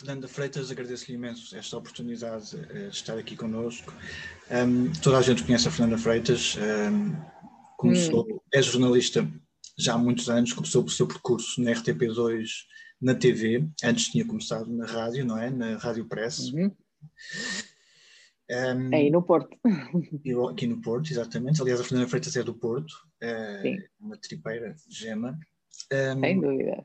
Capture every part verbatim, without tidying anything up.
Fernanda Freitas, agradeço-lhe imenso esta oportunidade de estar aqui connosco. Um, toda a gente conhece a Fernanda Freitas, um, começou, hum. é jornalista já há muitos anos, começou o seu percurso na R T P dois, na T V, antes tinha começado na rádio, não é? Na Rádio Press. Uhum. Um, Aí no Porto. Aqui no Porto, exatamente. Aliás, a Fernanda Freitas é do Porto, é uma tripeira gema. Um, Sem dúvida.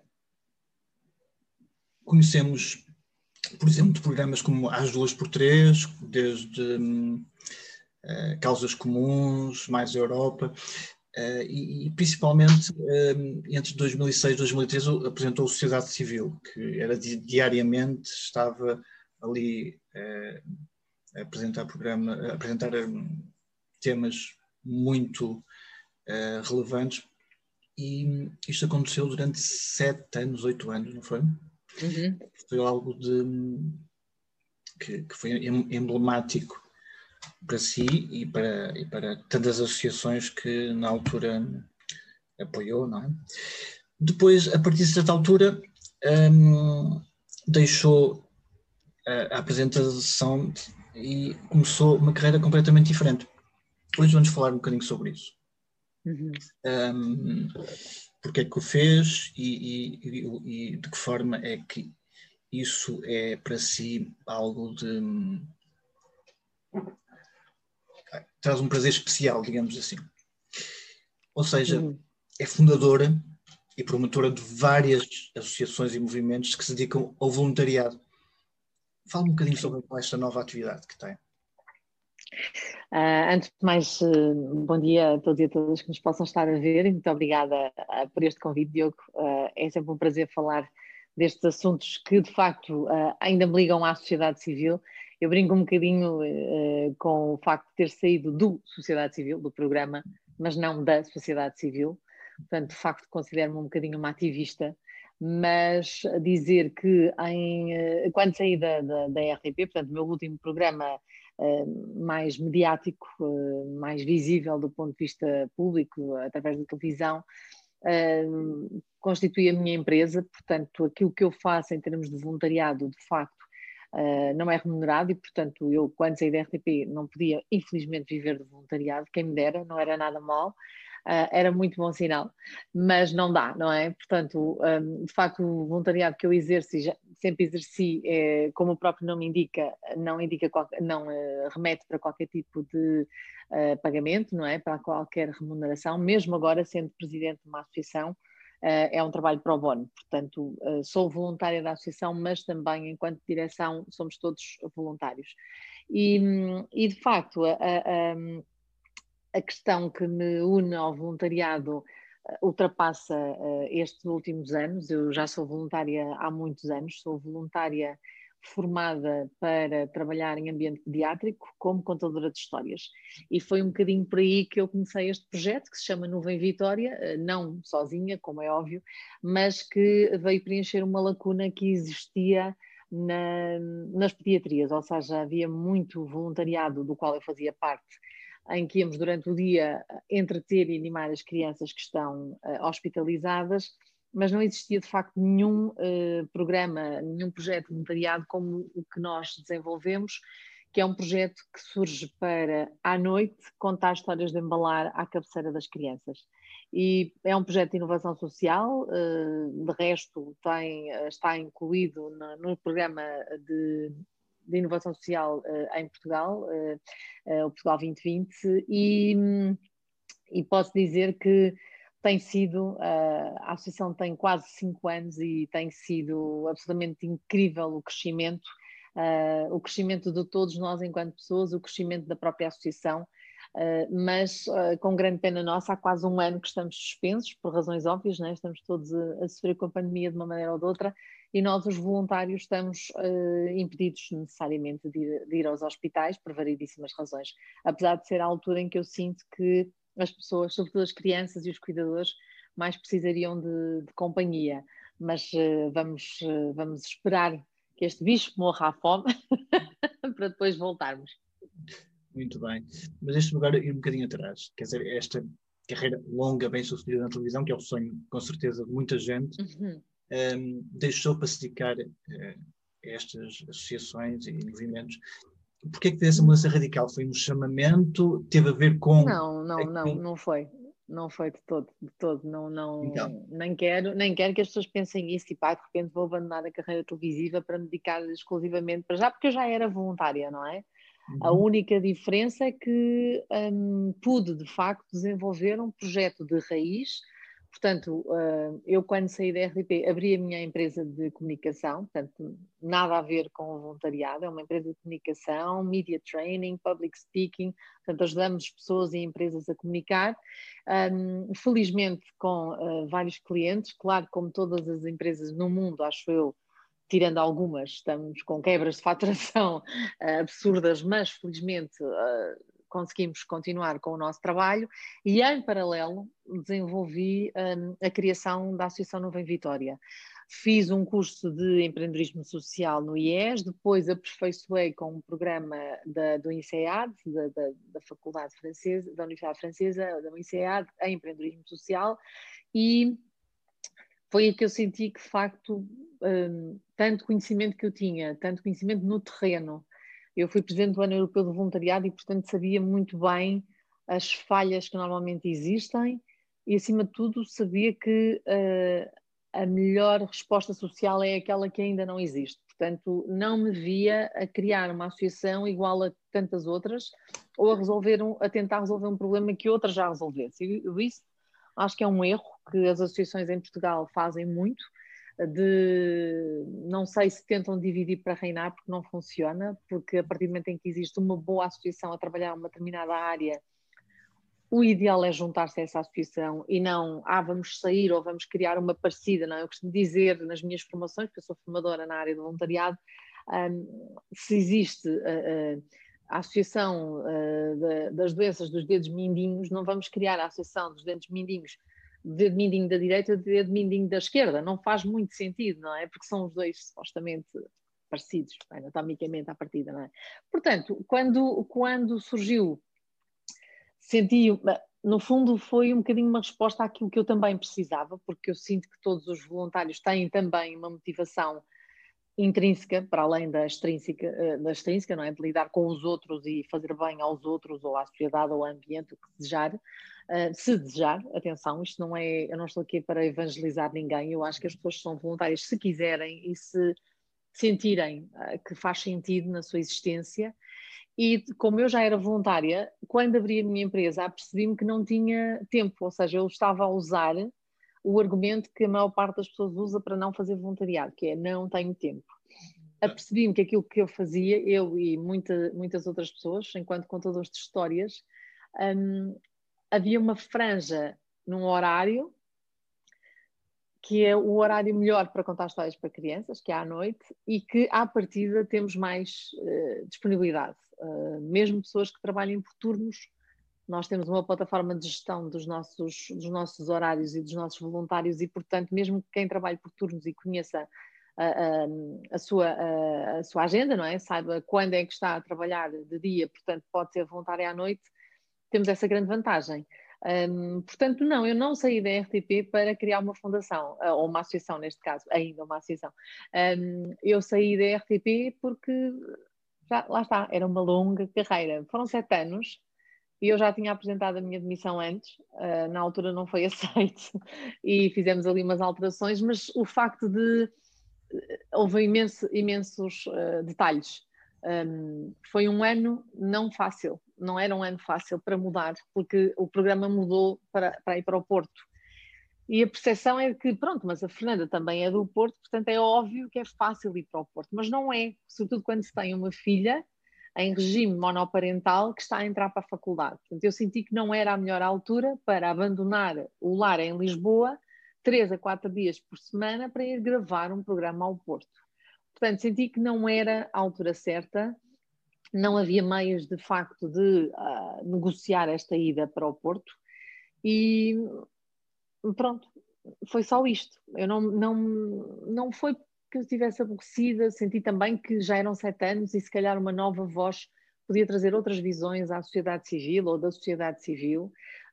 Conhecemos, por exemplo, de programas como Às Duas por Três, desde um, uh, Causas Comuns, Mais Europa, uh, e, e principalmente um, entre dois mil e seis e dois mil e treze apresentou a Sociedade Civil, que era di diariamente, estava ali uh, a apresentar, programa, a apresentar um, temas muito uh, relevantes, e isto aconteceu durante sete anos, oito anos, não foi? Uhum. Foi algo de, que, que foi emblemático para si e para, e para tantas associações que na altura apoiou, não é? Depois, a partir de certa altura, um, deixou a, a apresentação e começou uma carreira completamente diferente. Hoje vamos falar um bocadinho sobre isso. Uhum. Um, porque é que o fez e, e, e, e de que forma é que isso é para si algo de... traz um prazer especial, digamos assim. Ou seja, uhum. é fundadora e promotora de várias associações e movimentos que se dedicam ao voluntariado. Fala um bocadinho sobre esta nova atividade que tem. Uh, antes de mais, uh, bom dia a todos e a todas que nos possam estar a ver e muito obrigada uh, por este convite, Diogo. Uh, é sempre um prazer falar destes assuntos que, de facto, uh, ainda me ligam à sociedade civil. Eu brinco um bocadinho uh, com o facto de ter saído do Sociedade Civil, do programa, mas não da sociedade civil. Portanto, de facto, considero-me um bocadinho uma ativista, mas dizer que em, uh, quando saí da, da, da R T P, portanto, o meu último programa Uh, mais mediático, uh, mais visível do ponto de vista público, através da televisão, uh, constitui a minha empresa. Portanto, aquilo que eu faço em termos de voluntariado, de facto, uh, não é remunerado e, portanto, eu, quando saí da R T P, não podia, infelizmente, viver de voluntariado, quem me dera, não era nada mal. Uh, era muito bom sinal, mas não dá, não é? Portanto, um, de facto, o voluntariado que eu exerço e já, sempre exerci, é, como o próprio nome indica, não, indica qualquer, não uh, remete para qualquer tipo de uh, pagamento, não é? Para qualquer remuneração, mesmo agora sendo presidente de uma associação, uh, é um trabalho pro bono. Portanto, uh, sou voluntária da associação, mas também, enquanto direção, somos todos voluntários. E, e de facto, a, a, a A questão que me une ao voluntariado uh, ultrapassa uh, estes últimos anos. Eu já sou voluntária há muitos anos, sou voluntária formada para trabalhar em ambiente pediátrico como contadora de histórias. E foi um bocadinho por aí que eu comecei este projeto, que se chama Nuvem Vitória, uh, não sozinha, como é óbvio, mas que veio preencher uma lacuna que existia na, nas pediatrias, ou seja, havia muito voluntariado do qual eu fazia parte, em que íamos durante o dia entreter e animar as crianças que estão uh, hospitalizadas, mas não existia de facto nenhum uh, programa, nenhum projeto de voluntariado como o que nós desenvolvemos, que é um projeto que surge para, à noite, contar histórias de embalar à cabeceira das crianças. E é um projeto de inovação social, uh, de resto tem, está incluído no, no programa de... de inovação social uh, em Portugal, uh, uh, o Portugal vinte vinte, e, e posso dizer que tem sido, uh, a associação tem quase cinco anos e tem sido absolutamente incrível o crescimento, uh, o crescimento de todos nós enquanto pessoas, o crescimento da própria associação, uh, mas uh, com grande pena nossa, há quase um ano que estamos suspensos, por razões óbvias, né? Estamos todos a, a sofrer com a pandemia de uma maneira ou de outra, e nós, os voluntários, estamos uh, impedidos necessariamente de ir, de ir aos hospitais por variedíssimas razões, apesar de ser a altura em que eu sinto que as pessoas, sobretudo as crianças e os cuidadores, mais precisariam de, de companhia. Mas uh, vamos, uh, vamos esperar que este bicho morra à fome para depois voltarmos. Muito bem. Mas deixe-me agora ir um bocadinho atrás. Quer dizer, esta carreira longa, bem sucedida na televisão, que é o sonho, com certeza, de muita gente, Uhum. Um, deixou para se dedicar uh, estas associações e movimentos. Porquê que essa mudança radical? Foi um chamamento? Teve a ver com... Não, não, não, não foi. Não foi de todo, de todo. Não, não, Então. nem quero, nem quero que as pessoas pensem nisso, tipo, ah, de repente vou abandonar a carreira televisiva para me dedicar exclusivamente para já, porque eu já era voluntária, não é? Uhum. A única diferença é que hum, pude, de facto, desenvolver um projeto de raiz. Portanto, uh, eu quando saí da R T P abri a minha empresa de comunicação, portanto, nada a ver com o voluntariado, é uma empresa de comunicação, media training, public speaking, portanto, ajudamos pessoas e empresas a comunicar, um, felizmente com uh, vários clientes, claro, como todas as empresas no mundo, acho eu, tirando algumas, estamos com quebras de faturação uh, absurdas, mas felizmente... Uh, conseguimos continuar com o nosso trabalho e, em paralelo, desenvolvi um, a criação da Associação Nuvem Vitória. Fiz um curso de empreendedorismo social no I E S, depois aperfeiçoei com um programa da, do INSEAD, da, da, da Faculdade Francesa, da Universidade Francesa, da INSEAD, em empreendedorismo social, e foi aí que eu senti que, de facto, um, tanto conhecimento que eu tinha, tanto conhecimento no terreno. Eu fui presidente do Ano Europeu de Voluntariado e, portanto, sabia muito bem as falhas que normalmente existem e, acima de tudo, sabia que uh, a melhor resposta social é aquela que ainda não existe. Portanto, não me via a criar uma associação igual a tantas outras ou a, resolver um, a tentar resolver um problema que outras já resolvessem. Eu, isso acho que é um erro que as associações em Portugal fazem muito, de, não sei se tentam dividir para reinar, porque não funciona, porque a partir do momento em que existe uma boa associação a trabalhar uma determinada área, o ideal é juntar-se a essa associação e não, ah, vamos sair ou vamos criar uma parecida, não? Eu costumo dizer nas minhas formações, porque eu sou formadora na área do voluntariado, um, se existe uh, uh, a associação uh, de, das doenças dos dedos mindinhos, não vamos criar a associação dos dedos mindinhos, dedo mindinho da direita e dedo mindinho da esquerda. Não faz muito sentido, não é? Porque são os dois supostamente parecidos, anatomicamente à partida, não é? Portanto, quando, quando surgiu, senti, no fundo foi um bocadinho uma resposta àquilo que eu também precisava, porque eu sinto que todos os voluntários têm também uma motivação intrínseca, para além da extrínseca, da extrínseca, não é? De lidar com os outros e fazer bem aos outros, ou à sociedade, ou ao ambiente, o que desejar, uh, se desejar, atenção, isto não é, eu não estou aqui para evangelizar ninguém, eu acho que as pessoas são voluntárias se quiserem e se sentirem uh, que faz sentido na sua existência, e como eu já era voluntária, quando abri a minha empresa, apercebi-me que não tinha tempo, ou seja, eu estava a usar o argumento que a maior parte das pessoas usa para não fazer voluntariado, que é não tenho tempo. Apercebi-me que aquilo que eu fazia, eu e muita, muitas outras pessoas, enquanto contadores de histórias, um, havia uma franja num horário que é o horário melhor para contar histórias para crianças, que é à noite, e que à partida temos mais uh, disponibilidade. Uh, mesmo pessoas que trabalhem por turnos, nós temos uma plataforma de gestão dos nossos, dos nossos horários e dos nossos voluntários e, portanto, mesmo quem trabalhe por turnos e conheça a, a, a, sua, a, a sua agenda, não é? Saiba quando é que está a trabalhar de dia, portanto, pode ser voluntário à noite, temos essa grande vantagem. Um, portanto, não, eu não saí da R T P para criar uma fundação, ou uma associação neste caso, ainda uma associação. Um, eu saí da R T P porque, já, lá está, era uma longa carreira. Foram sete anos. E eu já tinha apresentado a minha demissão antes, uh, na altura não foi aceito e fizemos ali umas alterações, mas o facto de... houve imenso, imensos uh, detalhes. Um, foi um ano não fácil, não era um ano fácil para mudar, porque o programa mudou para, para ir para o Porto. E a percepção é que, pronto, mas a Fernanda também é do Porto, portanto é óbvio que é fácil ir para o Porto, mas não é, sobretudo quando se tem uma filha em regime monoparental que está a entrar para a faculdade. Portanto, eu senti que não era a melhor altura para abandonar o lar em Lisboa, três a quatro dias por semana, para ir gravar um programa ao Porto. Portanto, senti que não era a altura certa, não havia meios, de facto, de uh, negociar esta ida para o Porto e pronto, foi só isto. Eu não, não, não foi que eu estivesse aborrecida, senti também que já eram sete anos e se calhar uma nova voz podia trazer outras visões à sociedade civil ou da sociedade civil.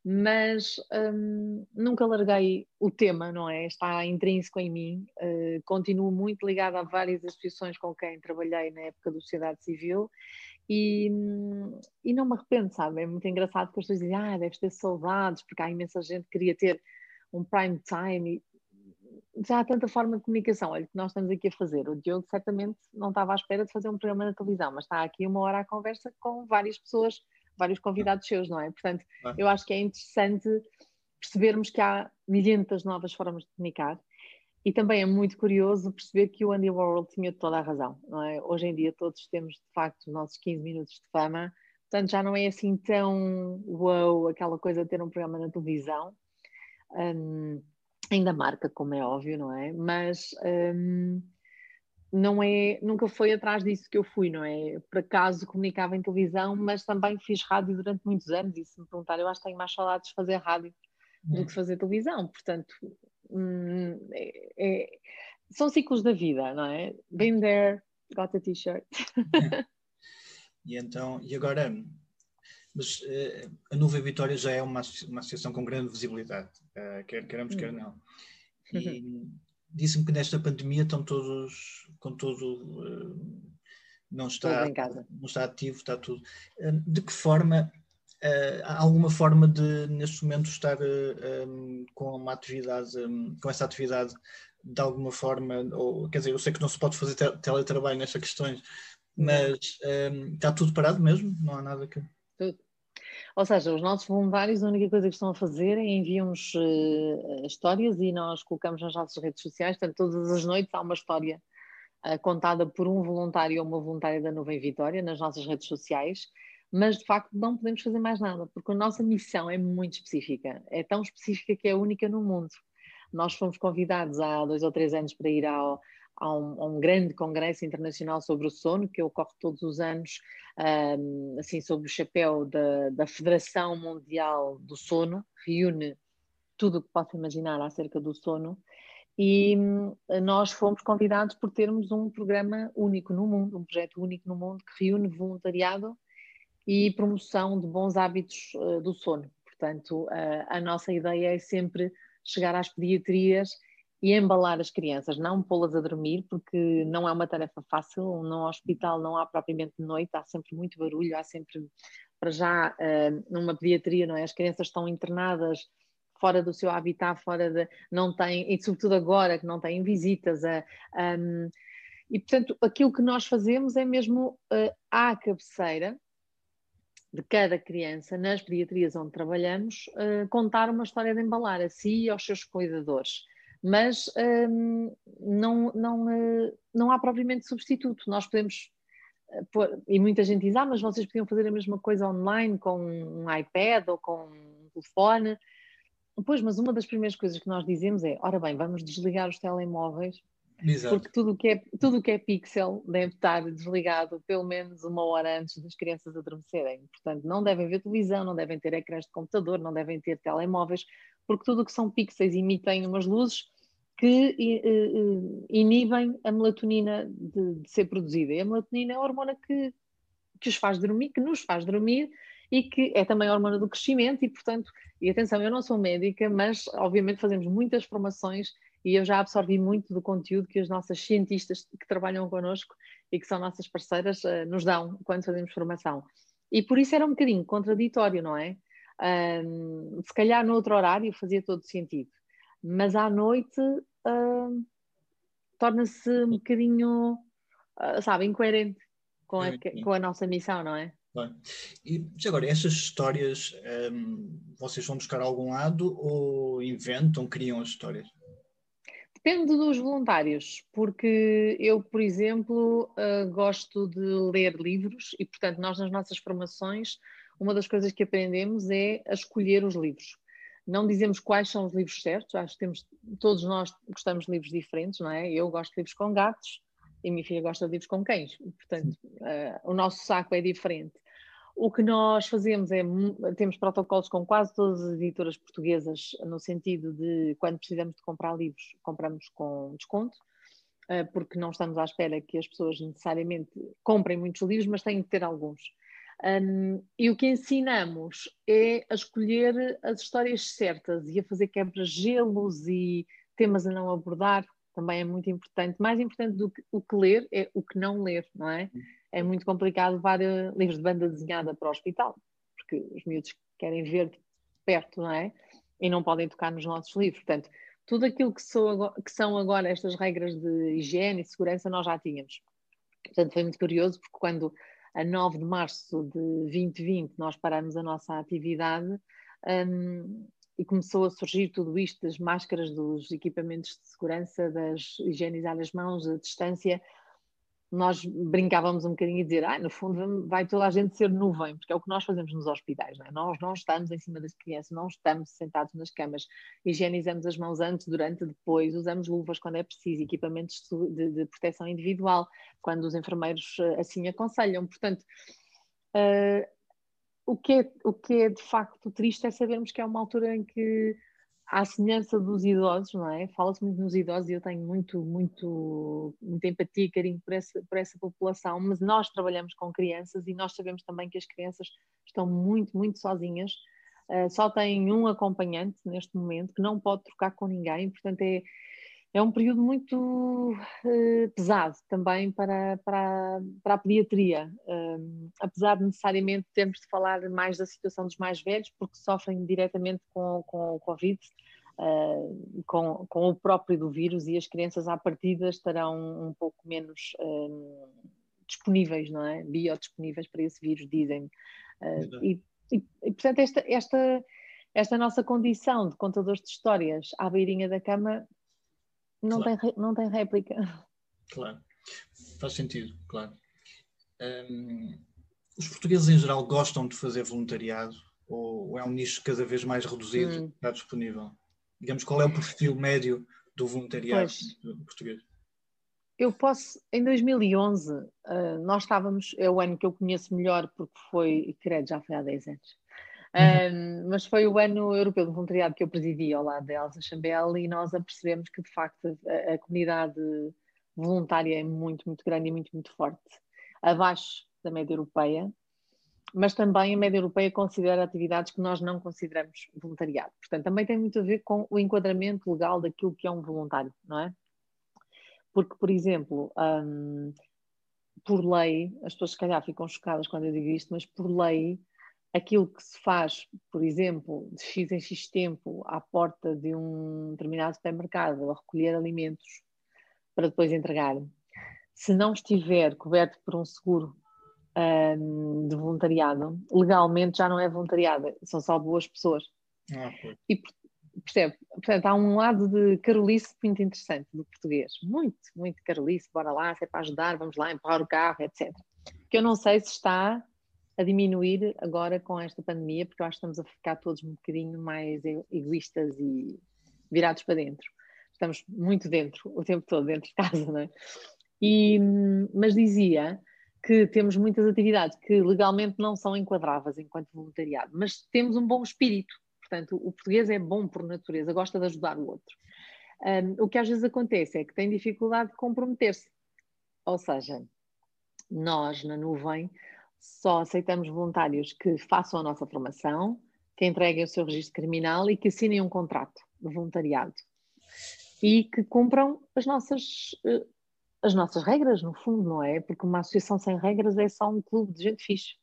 mas hum, nunca larguei o tema, não é? Está intrínseco em mim, uh, continuo muito ligada a várias associações com quem trabalhei na época da sociedade civil e, e não me arrependo, sabe? É muito engraçado que as pessoas dizem, ah, deves ter saudades, porque há imensa gente que queria ter um prime time, e já há tanta forma de comunicação, olha, que nós estamos aqui a fazer. O Diogo certamente não estava à espera de fazer um programa na televisão, mas está aqui uma hora à conversa com várias pessoas, vários convidados seus, não é? Portanto, eu acho que é interessante percebermos que há milhentas novas formas de comunicar e também é muito curioso perceber que o Andy Warhol tinha toda a razão, não é? Hoje em dia todos temos, de facto, os nossos quinze minutos de fama, portanto já não é assim tão wow, aquela coisa de ter um programa na televisão. Um, ainda marca, como é óbvio, não é? Mas um, não é, nunca foi atrás disso que eu fui, não é? Por acaso comunicava em televisão, mas também fiz rádio durante muitos anos e se me perguntar, eu acho que tenho mais saudades de fazer rádio do que fazer televisão, portanto hum, é, é, são ciclos da vida, não é? Been there, got a t-shirt. E então, e agora, mas uh, a Nuvem Vitória já é uma, uma associação com grande visibilidade, uh, quer queremos, quer não. E disse-me que nesta pandemia estão todos com todo, uh, não está, em casa. não está ativo, está tudo. Uh, de que forma, uh, há alguma forma de, neste momento, estar uh, um, com uma atividade, um, com essa atividade de alguma forma, ou, quer dizer, eu sei que não se pode fazer te teletrabalho nestas questões, mas um, está tudo parado mesmo? Não há nada que... Tudo. Ou seja, os nossos voluntários, a única coisa que estão a fazer é enviam-nos uh, histórias e nós colocamos nas nossas redes sociais, portanto, todas as noites há uma história uh, contada por um voluntário ou uma voluntária da Nuvem Vitória nas nossas redes sociais, mas de facto não podemos fazer mais nada, porque a nossa missão é muito específica, é tão específica que é única no mundo. Nós fomos convidados há dois ou três anos para ir ao, a, um, a um grande congresso internacional sobre o sono, que ocorre todos os anos, um, assim, sob o chapéu da, da Federação Mundial do Sono, reúne tudo o que possa imaginar acerca do sono, e hum, nós fomos convidados por termos um programa único no mundo, um projeto único no mundo que reúne voluntariado e promoção de bons hábitos uh, do sono. Portanto, uh, a nossa ideia é sempre chegar às pediatrias e embalar as crianças, não pô-las a dormir, porque não é uma tarefa fácil. No hospital não há propriamente de noite, há sempre muito barulho, há sempre, para já, uh, numa pediatria, não é? As crianças estão internadas fora do seu habitat, fora de, não têm, e sobretudo agora que não têm visitas, a, um, e portanto aquilo que nós fazemos é mesmo uh, à cabeceira de cada criança, nas pediatrias onde trabalhamos, uh, contar uma história de embalar a si e aos seus cuidadores. Mas um, não, não, uh, não há propriamente substituto. Nós podemos, uh, pôr, e muita gente diz, ah, mas vocês podiam fazer a mesma coisa online com um iPad ou com um telefone. Pois, mas uma das primeiras coisas que nós dizemos é, ora bem, vamos desligar os telemóveis, Exato. porque tudo que é, tudo que é pixel deve estar desligado pelo menos uma hora antes das crianças adormecerem. Portanto, não devem ver televisão, não devem ter ecrãs de computador, não devem ter telemóveis, porque tudo o que são pixels emitem umas luzes que inibem a melatonina de, de ser produzida. E a melatonina é a hormona que, que os faz dormir, que nos faz dormir, e que é também a hormona do crescimento, e portanto, e atenção, eu não sou médica, mas obviamente fazemos muitas formações e eu já absorvi muito do conteúdo que as nossas cientistas que trabalham connosco e que são nossas parceiras uh, nos dão quando fazemos formação. E por isso era um bocadinho contraditório, não é? Um, se calhar no outro horário fazia todo sentido, mas à noite uh, torna-se um bocadinho, uh, sabe, incoerente com a, com a nossa missão, não é? Bem, e agora, essas histórias, um, vocês vão buscar a algum lado ou inventam, criam as histórias? Depende dos voluntários, porque eu, por exemplo, uh, gosto de ler livros e, portanto, nós nas nossas formações, uma das coisas que aprendemos é a escolher os livros. Não dizemos quais são os livros certos, acho que temos, todos nós gostamos de livros diferentes, não é? Eu gosto de livros com gatos e minha filha gosta de livros com cães, portanto, uh, o nosso saco é diferente. O que nós fazemos é, temos protocolos com quase todas as editoras portuguesas, no sentido de, quando precisamos de comprar livros, compramos com desconto, porque não estamos à espera que as pessoas necessariamente comprem muitos livros, mas têm que ter alguns. Um, e o que ensinamos é a escolher as histórias certas e a fazer quebra-gelos e temas a não abordar, também é muito importante. Mais importante do que o que ler é o que não ler, não é? É muito complicado levar uh, livros de banda desenhada para o hospital, porque os miúdos querem ver de perto, não é? E não podem tocar nos nossos livros. Portanto, tudo aquilo que, sou, que são agora estas regras de higiene e segurança nós já tínhamos. Portanto, foi muito curioso, porque quando a nove de março de vinte e vinte nós paramos a nossa atividade um, e começou a surgir tudo isto, das máscaras, dos equipamentos de segurança, das higienizar as mãos, a distância, nós brincávamos um bocadinho e dizer, ah, no fundo vai toda a gente ser nuvem, porque é o que nós fazemos nos hospitais, não é? Nós não estamos em cima das crianças, não estamos sentados nas camas, higienizamos as mãos antes, durante, depois, usamos luvas quando é preciso, equipamentos de, de proteção individual, quando os enfermeiros assim aconselham. Portanto, uh, o, que é, o que é de facto triste é sabermos que é uma altura em que, à semelhança dos idosos, não é? Fala-se muito nos idosos e eu tenho muito, muito, muita empatia e carinho por essa, por essa população, mas nós trabalhamos com crianças e nós sabemos também que as crianças estão muito, muito sozinhas, uh, só têm um acompanhante neste momento que não pode trocar com ninguém, portanto é, é um período muito uh, pesado também para, para, para a pediatria, um, apesar de necessariamente termos de falar mais da situação dos mais velhos, porque sofrem diretamente com, com o Covid, uh, com, com o próprio do vírus, e as crianças à partida estarão um pouco menos um, disponíveis, não é? Biodisponíveis para esse vírus, dizem. Uh, e, e, e, portanto, esta, esta, esta nossa condição de contadores de histórias à beirinha da cama Não, claro. tem, não tem réplica. Claro, faz sentido, claro. Um, os portugueses em geral gostam de fazer voluntariado ou é um nicho cada vez mais reduzido hum. que está disponível? Digamos, qual é o perfil médio do voluntariado pois, português? Eu posso, em dois mil e onze, uh, nós estávamos, é o ano que eu conheço melhor porque foi, credo, já foi há dez anos. Um, mas foi o ano europeu de voluntariado que eu presidi ao lado da Elsa Chambel e nós apercebemos que de facto a, a comunidade voluntária é muito, muito grande e muito, muito forte, abaixo da média europeia, mas também a média europeia considera atividades que nós não consideramos voluntariado, portanto também tem muito a ver com o enquadramento legal daquilo que é um voluntário, não é? Porque, por exemplo, um, por lei, as pessoas se calhar ficam chocadas quando eu digo isto, mas por lei aquilo que se faz, por exemplo, de X em X tempo à porta de um determinado supermercado a recolher alimentos para depois entregar, se não estiver coberto por um seguro um, de voluntariado, legalmente já não é voluntariado, são só boas pessoas. Ah, e percebe? Portanto, há um lado de carolice muito interessante do português, muito, muito carolice, bora lá, se é para ajudar, vamos lá, empurrar o carro, etcétera. Que eu não sei se está a diminuir agora com esta pandemia, porque eu acho que estamos a ficar todos um bocadinho mais egoístas e virados para dentro. Estamos muito dentro, o tempo todo, dentro de casa, não é? E, mas dizia que temos muitas atividades que legalmente não são enquadráveis enquanto voluntariado, mas temos um bom espírito. Portanto, o português é bom por natureza, gosta de ajudar o outro. Um, o que às vezes acontece é que tem dificuldade de comprometer-se. Ou seja, nós na nuvem só aceitamos voluntários que façam a nossa formação, que entreguem o seu registro criminal e que assinem um contrato de voluntariado. E que cumpram as nossas, as nossas regras, no fundo, não é? Porque uma associação sem regras é só um clube de gente fixe.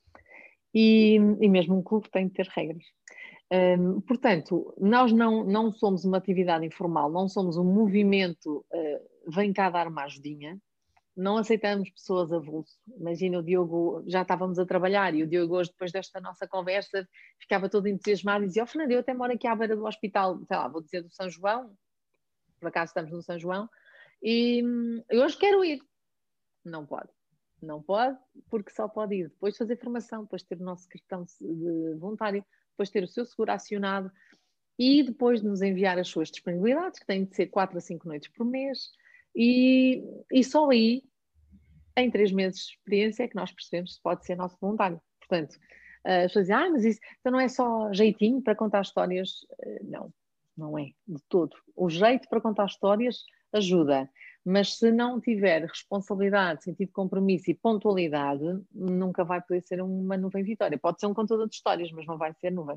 E, e mesmo um clube tem de ter regras. Um, portanto, nós não, não somos uma atividade informal, não somos um movimento, uh, vem cá dar uma ajudinha, não aceitamos pessoas avulso. Imagina o Diogo, já estávamos a trabalhar e o Diogo hoje, depois desta nossa conversa, ficava todo entusiasmado e dizia, ó oh, Fernando, eu até moro aqui à beira do hospital, sei lá, vou dizer do São João, por acaso estamos no São João, e eu hoje quero ir. Não pode. Não pode, porque só pode ir depois de fazer formação, depois de ter o nosso cartão de voluntário, depois de ter o seu seguro acionado e depois de nos enviar as suas disponibilidades, que têm de ser quatro a cinco noites por mês, e, e só aí, em três meses de experiência, é que nós percebemos se pode ser nosso voluntário. Portanto, as pessoas dizem, ah, mas isso então não é só jeitinho para contar histórias? Não, não é, de todo. O jeito para contar histórias ajuda. Mas se não tiver responsabilidade, sentido de compromisso e pontualidade, nunca vai poder ser uma nuvem vitória. Pode ser um contador de histórias, mas não vai ser nuvem.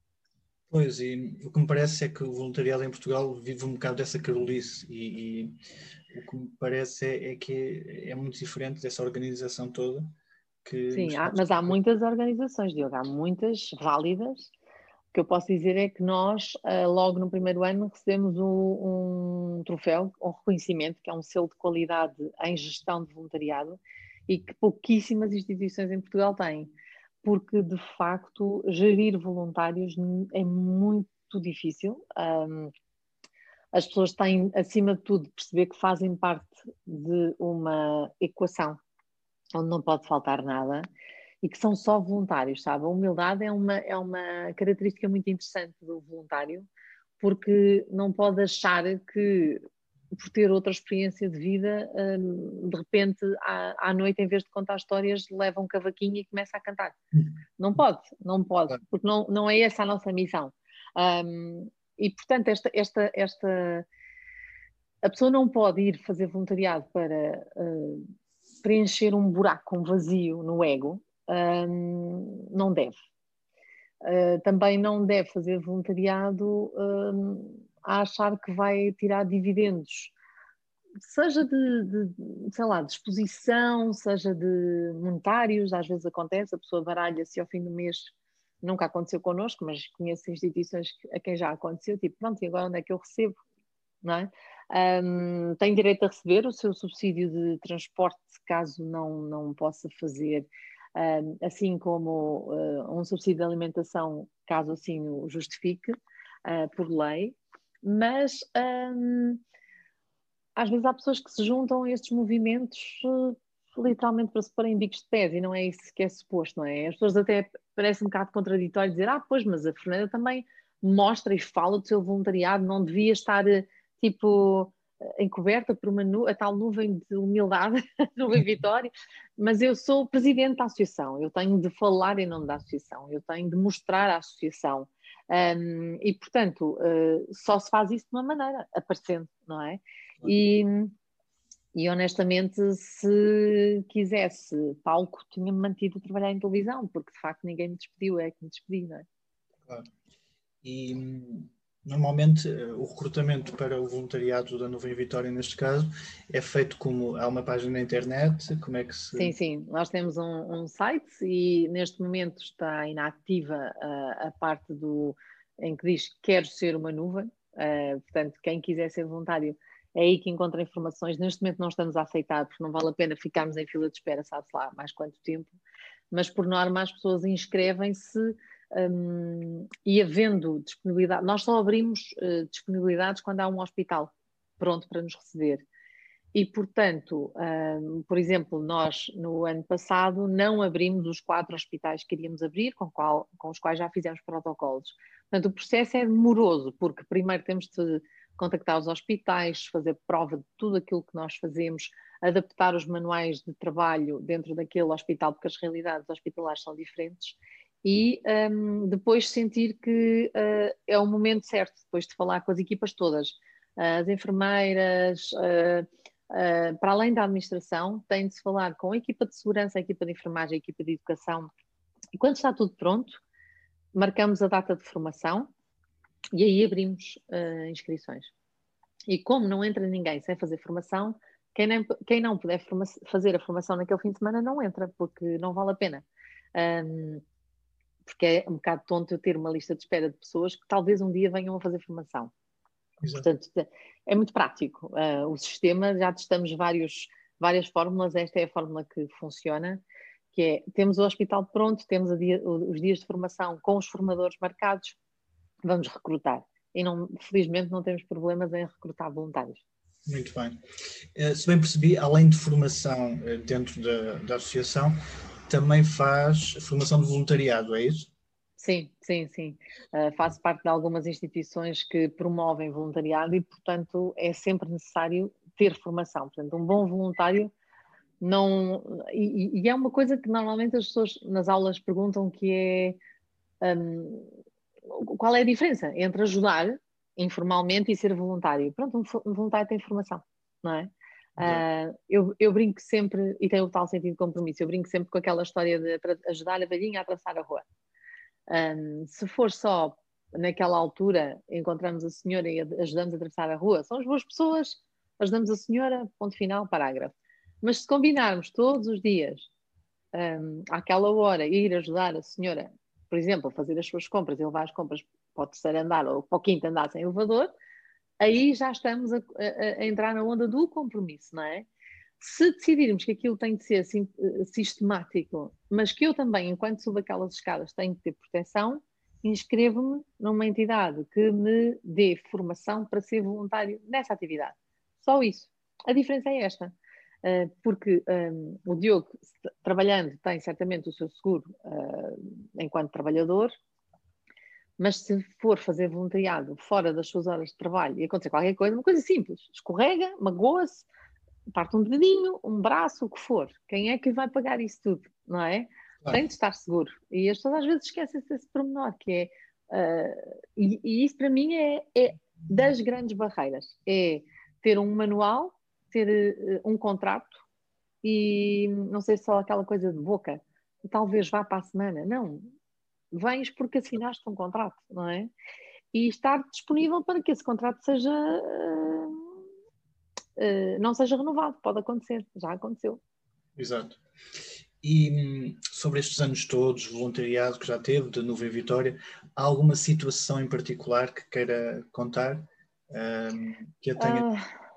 Pois, e o que me parece é que o voluntariado em Portugal vive um bocado dessa carolice e, e o que me parece é, é que é, é muito diferente dessa organização toda. Que Sim, nos há, faz... mas há muitas organizações, Diogo, há muitas válidas. O que eu posso dizer é que nós, logo no primeiro ano, recebemos um, um troféu, um reconhecimento, que é um selo de qualidade em gestão de voluntariado e que pouquíssimas instituições em Portugal têm, porque de facto gerir voluntários é muito difícil. Um, as pessoas têm, acima de tudo, de perceber que fazem parte de uma equação onde não pode faltar nada e que são só voluntários, sabe? A humildade é uma, é uma característica muito interessante do voluntário, porque não pode achar que, por ter outra experiência de vida, de repente, à, à noite, em vez de contar histórias, leva um cavaquinho e começa a cantar. Não pode, não pode, porque não, não é essa a nossa missão. Um, e, portanto, esta, esta, esta, a pessoa não pode ir fazer voluntariado para uh, preencher um buraco, um vazio no ego, um, não deve. Uh, também não deve fazer voluntariado um, a achar que vai tirar dividendos, seja de, de, sei lá, de exposição, seja de monetários, às vezes acontece, a pessoa baralha-se ao fim do mês, nunca aconteceu connosco, mas conheço instituições a quem já aconteceu, tipo, pronto, e agora onde é que eu recebo? Não é? Um, tem direito a receber o seu subsídio de transporte caso não, não possa fazer, um, assim como uh, um subsídio de alimentação caso assim o justifique uh, por lei, mas um, às vezes há pessoas que se juntam a estes movimentos uh, literalmente para se porem bicos de pés e não é isso que é suposto, não é? As pessoas até parece um bocado contraditório dizer, ah, pois, mas a Fernanda também mostra e fala do seu voluntariado, não devia estar tipo encoberta por uma nu a tal nuvem de humildade, nuvem vitória, mas eu sou presidente da associação, eu tenho de falar em nome da associação, eu tenho de mostrar à associação um, e portanto uh, só se faz isso de uma maneira, aparecendo, não é? E, e honestamente, se quisesse palco, tinha-me mantido a trabalhar em televisão, porque de facto ninguém me despediu, é que me despedi, não é? Claro. E normalmente o recrutamento para o voluntariado da Nuvem Vitória, neste caso, é feito como há uma página na internet, como é que se... Sim, sim, nós temos um, um site e neste momento está inativa a, a parte do, em que diz que quero ser uma nuvem, uh, portanto quem quiser ser voluntário é aí que encontra informações. Neste momento não estamos a aceitar, porque não vale a pena ficarmos em fila de espera, sabe-se lá mais quanto tempo, mas por norma as pessoas inscrevem-se um, e havendo disponibilidade, nós só abrimos uh, disponibilidades quando há um hospital pronto para nos receber. E, portanto, um, por exemplo, nós no ano passado não abrimos os quatro hospitais que queríamos abrir, com, qual, com os quais já fizemos protocolos. Portanto, o processo é demoroso, porque primeiro temos de contactar os hospitais, fazer prova de tudo aquilo que nós fazemos, adaptar os manuais de trabalho dentro daquele hospital, porque as realidades hospitalares são diferentes, e um, depois sentir que uh, é o momento certo, depois de falar com as equipas todas, as enfermeiras... Uh, Uh, para além da administração, tem de se falar com a equipa de segurança, a equipa de enfermagem, a equipa de educação. E quando está tudo pronto, marcamos a data de formação e aí abrimos uh, inscrições. E como não entra ninguém sem fazer formação, quem, nem, quem não puder forma fazer a formação naquele fim de semana não entra, porque não vale a pena. Um, porque é um bocado tonto eu ter uma lista de espera de pessoas que talvez um dia venham a fazer formação. Exato. Portanto, é muito prático. Uh, o sistema, já testamos vários, várias fórmulas, esta é a fórmula que funciona, que é, temos o hospital pronto, temos dia, os dias de formação com os formadores marcados, vamos recrutar. E não, felizmente não temos problemas em recrutar voluntários. Muito bem. Uh, se bem percebi, além de formação uh, dentro da, da associação, também faz formação de voluntariado, é isso? Sim, sim, sim. Uh, faço parte de algumas instituições que promovem voluntariado e, portanto, é sempre necessário ter formação. Portanto, um bom voluntário não... E, e é uma coisa que normalmente as pessoas nas aulas perguntam, que é um, qual é a diferença entre ajudar informalmente e ser voluntário. Pronto, um, um voluntário tem formação, não é? Uh, eu, eu brinco sempre, e tem o tal sentido de compromisso, eu brinco sempre com aquela história de ajudar a velhinha a atravessar a rua. Um, se for só naquela altura, encontramos a senhora e ajudamos a atravessar a rua, são as boas pessoas, ajudamos a senhora, ponto final, parágrafo. Mas se combinarmos todos os dias, um, àquela hora, ir ajudar a senhora, por exemplo, a fazer as suas compras e levar as compras para o terceiro andar ou para o quinto andar sem elevador, aí já estamos a, a, a entrar na onda do compromisso, não é? Se decidirmos que aquilo tem de ser assim, sistemático, mas que eu também, enquanto subo aquelas escadas, tenho que ter proteção, inscrevo-me numa entidade que me dê formação para ser voluntário nessa atividade. Só isso. A diferença é esta. Porque um, o Diogo, trabalhando, tem certamente o seu seguro uh, enquanto trabalhador, mas se for fazer voluntariado fora das suas horas de trabalho e acontecer qualquer coisa, uma coisa simples, escorrega, magoa-se, parte um dedinho, um braço, o que for. Quem é que vai pagar isso tudo, não é? Claro. Tem de estar seguro. E as pessoas às vezes esquecem-se desse pormenor, que é... Uh, e, e isso para mim é, é das grandes barreiras. É ter um manual, ter uh, um contrato e não sei só aquela coisa de boca, talvez vá para a semana. Não. Vens porque assinaste um contrato, não é? E estar disponível para que esse contrato seja... Uh, Uh, não seja renovado, pode acontecer, já aconteceu. Exato. E sobre estes anos todos, voluntariado que já teve, de Nuvem Vitória, há alguma situação em particular que queira contar? Um, que eu tenha... Uh,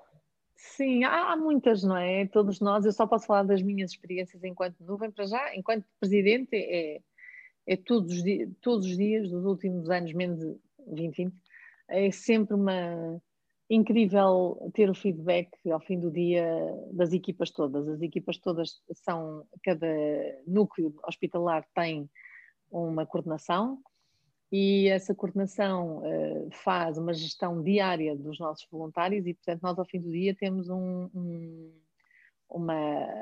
sim, há, há muitas, não é? Todos nós, eu só posso falar das minhas experiências enquanto Nuvem, para já, enquanto presidente, é, é todos, os dias, todos os dias dos últimos anos, menos de vinte, vinte, é sempre uma... incrível ter o feedback ao fim do dia das equipas todas. As equipas todas são, cada núcleo hospitalar tem uma coordenação e essa coordenação uh, faz uma gestão diária dos nossos voluntários e, portanto, nós ao fim do dia temos um, um, uma...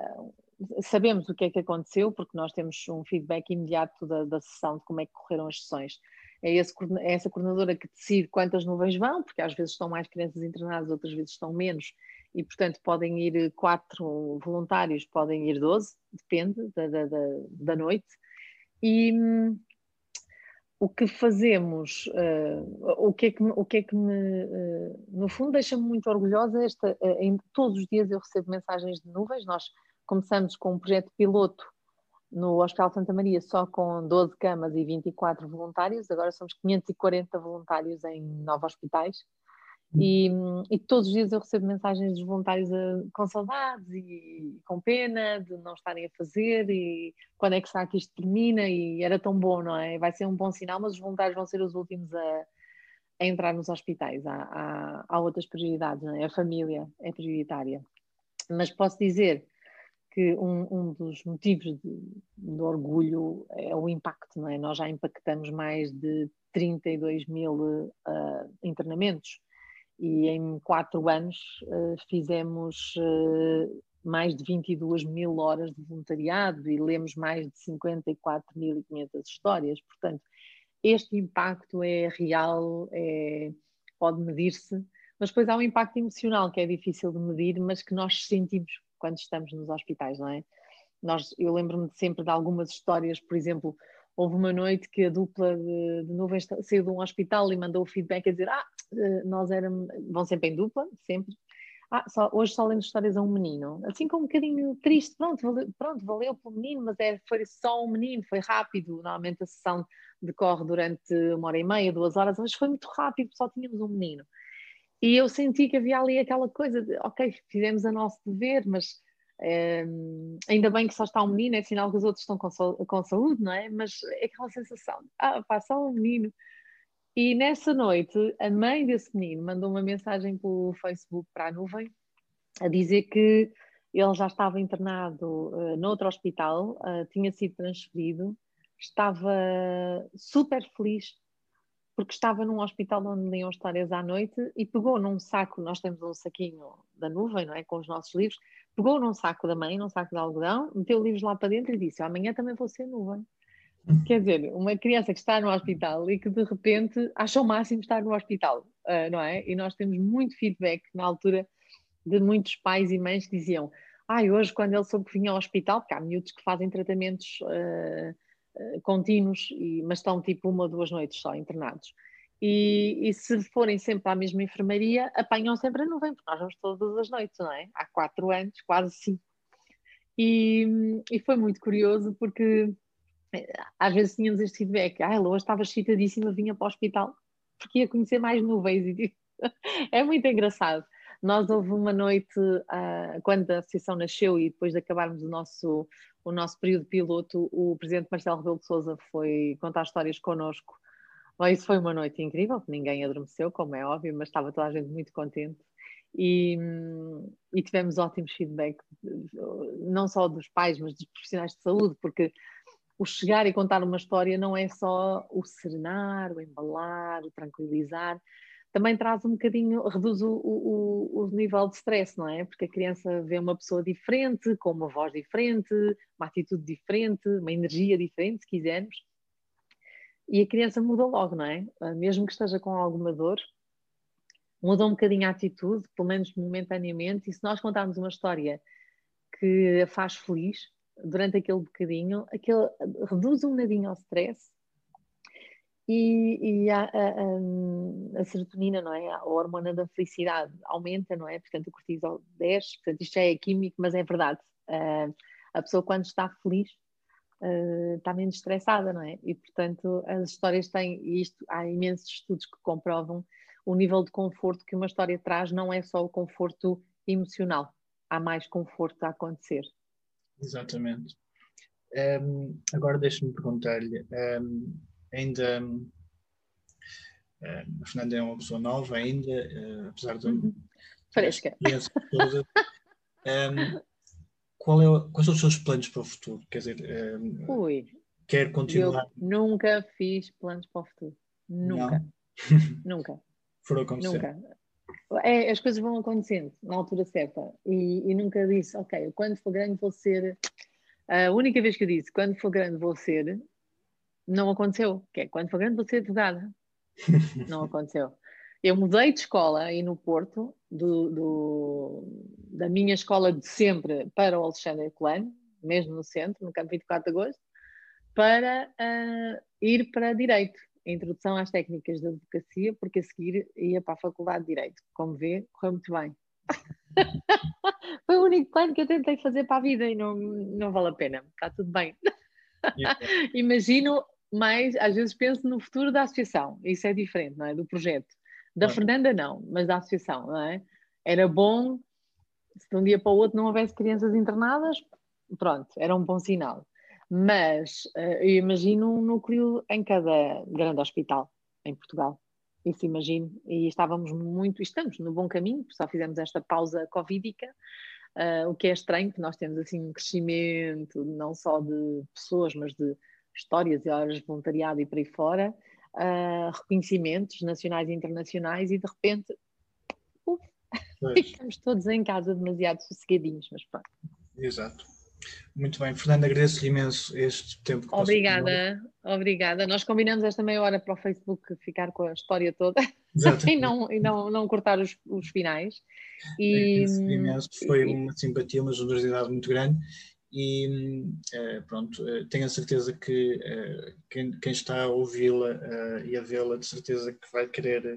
sabemos o que é que aconteceu porque nós temos um feedback imediato da, da sessão de como é que correram as sessões. É, esse, é essa coordenadora que decide quantas nuvens vão, porque às vezes estão mais crianças internadas, outras vezes estão menos, e portanto podem ir quatro voluntários, podem ir doze, depende da, da, da noite. E hum, o que fazemos, uh, o, que é que, o que é que me, uh, no fundo, deixa-me muito orgulhosa, esta, uh, em, todos os dias eu recebo mensagens de nuvens. Nós começamos com um projeto piloto no Hospital Santa Maria só com doze camas e vinte e quatro voluntários, agora somos quinhentos e quarenta voluntários em nove hospitais e, e todos os dias eu recebo mensagens dos voluntários a, com saudades e com pena de não estarem a fazer e quando é que será que isto termina e era tão bom, não é? Vai ser um bom sinal, mas os voluntários vão ser os últimos a, a entrar nos hospitais, há, há, há outras prioridades, não é? A família é prioritária, mas posso dizer que um, um dos motivos de, de orgulho é o impacto, não é? Nós já impactamos mais de trinta e dois mil uh, internamentos e em quatro anos uh, fizemos uh, mais de vinte e duas mil horas de voluntariado e lemos mais de cinquenta e quatro mil e quinhentas histórias. Portanto, este impacto é real, é, pode medir-se, mas depois há um impacto emocional que é difícil de medir, mas que nós sentimos quando estamos nos hospitais, não é? Nós, eu lembro-me sempre de algumas histórias, por exemplo, houve uma noite que a dupla de, de nuvens saiu de um hospital e mandou o feedback a dizer, ah, nós éramos, vão sempre em dupla, sempre, ah, só, hoje só lemos histórias a um menino, assim como um bocadinho triste, pronto, valeu, pronto, valeu pelo menino, mas é, foi só um menino, foi rápido, normalmente a sessão decorre durante uma hora e meia, duas horas, mas foi muito rápido, só tínhamos um menino. E eu senti que havia ali aquela coisa de, ok, fizemos a nosso dever, mas é, ainda bem que só está um menino, é sinal que os outros estão com, com saúde, não é? Mas é aquela sensação de, ah, pá, só um menino. E nessa noite, a mãe desse menino mandou uma mensagem pelo Facebook para a Nuvem a dizer que ele já estava internado uh, noutro hospital, uh, tinha sido transferido, estava super feliz porque estava num hospital onde liam histórias à noite e pegou num saco, nós temos um saquinho da Nuvem, não é, com os nossos livros, pegou num saco da mãe, num saco de algodão, meteu livros lá para dentro e disse, amanhã também vou ser Nuvem. Quer dizer, uma criança que está no hospital e que de repente acha o máximo estar no hospital. uh, não é? E nós temos muito feedback na altura de muitos pais e mães que diziam: ai, ah, hoje quando ele soube que vinha ao hospital, porque há miúdos que fazem tratamentos uh, uh, contínuos, e, mas estão tipo uma ou duas noites só internados. E, e se forem sempre à mesma enfermaria, apanham sempre a nuvem, porque nós vamos todas as noites, não é? Há quatro anos, quase cinco. E, e foi muito curioso porque às vezes tínhamos este feedback: ah, ela hoje estava excitadíssima, vinha para o hospital porque ia conhecer mais nuvens. E é muito engraçado. Nós houve uma noite, uh, quando a associação nasceu e depois de acabarmos o nosso, o nosso período piloto, o presidente Marcelo Rebelo de Sousa foi contar histórias connosco. Bom, isso foi uma noite incrível, ninguém adormeceu, como é óbvio, mas estava toda a gente muito contente. E, e tivemos ótimos feedback, não só dos pais, mas dos profissionais de saúde, porque o chegar e contar uma história não é só o serenar, o embalar, o tranquilizar, também traz um bocadinho, reduz o, o, o nível de stress, não é? Porque a criança vê uma pessoa diferente, com uma voz diferente, uma atitude diferente, uma energia diferente, se quisermos, e a criança muda logo, não é? Mesmo que esteja com alguma dor, muda um bocadinho a atitude, pelo menos momentaneamente, e se nós contarmos uma história que a faz feliz, durante aquele bocadinho, aquele, reduz um nadinho ao stress, e, e a, a, a serotonina, não é? A hormona da felicidade aumenta, não é? Portanto, o cortisol desce, portanto, isto já é químico, mas é verdade. Uh, a pessoa, quando está feliz, uh, está menos estressada, não é? E, portanto, as histórias têm, e isto, há imensos estudos que comprovam o nível de conforto que uma história traz, não é só o conforto emocional, há mais conforto a acontecer. Exatamente. Um, agora deixe-me perguntar-lhe, um, ainda um, a Fernanda é uma pessoa nova ainda, uh, apesar de uhum. Fresca toda, um, qual é, quais são os seus planos para o futuro? Quer dizer, um, Ui, quer continuar? Eu nunca fiz planos para o futuro, nunca, nunca, Foram acontecer. nunca. É, as coisas vão acontecendo na altura certa, e, e nunca disse, ok, quando for grande vou ser. A única vez que eu disse, quando for grande vou ser, não aconteceu. Que é, quando for grande vou ser advogada. Não aconteceu. Eu mudei de escola aí no Porto, do, do, da minha escola de sempre para o Alexandre Herculano, mesmo no centro, no campo vinte e quatro de agosto, para uh, ir para Direito, a introdução às técnicas de advocacia, porque a seguir ia para a Faculdade de Direito. Como vê, correu muito bem. Foi o único plano que eu tentei fazer para a vida e não, não vale a pena. Está tudo bem. Yeah. Imagino, mas às vezes penso no futuro da associação. Isso é diferente, não é? Do projeto. Da claro. Fernanda não, mas da associação, não é? Era bom, se de um dia para o outro não houvesse crianças internadas, pronto, era um bom sinal. Mas uh, eu imagino um núcleo em cada grande hospital em Portugal. Isso imagino. E estávamos muito, estamos no bom caminho, só fizemos esta pausa covídica, uh, o que é estranho, porque nós temos assim um crescimento não só de pessoas, mas de histórias e horas de voluntariado e por aí fora, uh, reconhecimentos nacionais e internacionais, e de repente uf, ficamos todos em casa demasiado sossegadinhos, mas pronto. Exato. Muito bem, Fernanda, agradeço-lhe imenso este tempo que Obrigada, passou. Obrigada. Nós combinamos esta meia hora para o Facebook ficar com a história toda e, não, e não, não cortar os, os finais. E, imenso, foi e, uma simpatia, uma generosidade muito grande e uh, pronto, uh, tenho a certeza que uh, quem, quem está a ouvi-la uh, e a vê-la, de certeza que vai querer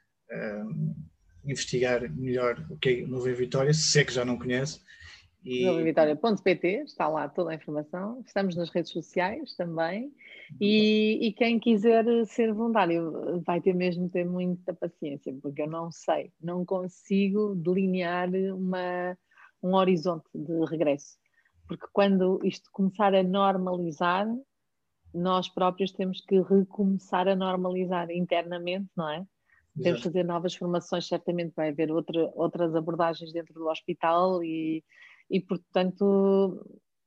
uh, investigar melhor o que é Nuvem Vitória, se é que já não conhece. nuvem vitória ponto pt, está lá toda a informação. Estamos nas redes sociais também. E, e quem quiser ser voluntário vai ter mesmo ter muita paciência, porque eu não sei, não consigo delinear uma, um horizonte de regresso. Porque quando isto começar a normalizar, nós próprios temos que recomeçar a normalizar internamente, não é? Temos que fazer novas formações, certamente vai haver outra, outras abordagens dentro do hospital e E, portanto,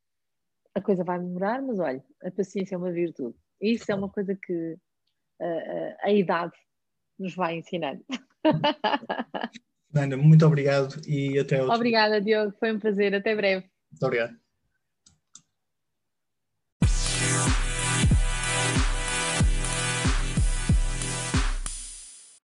a coisa vai demorar, mas olha, a paciência é uma virtude. Isso claro. É uma coisa que uh, a idade nos vai ensinar. Fernanda, muito obrigado e até outro. Obrigada, Diogo. Foi um prazer. Até breve. Muito obrigado.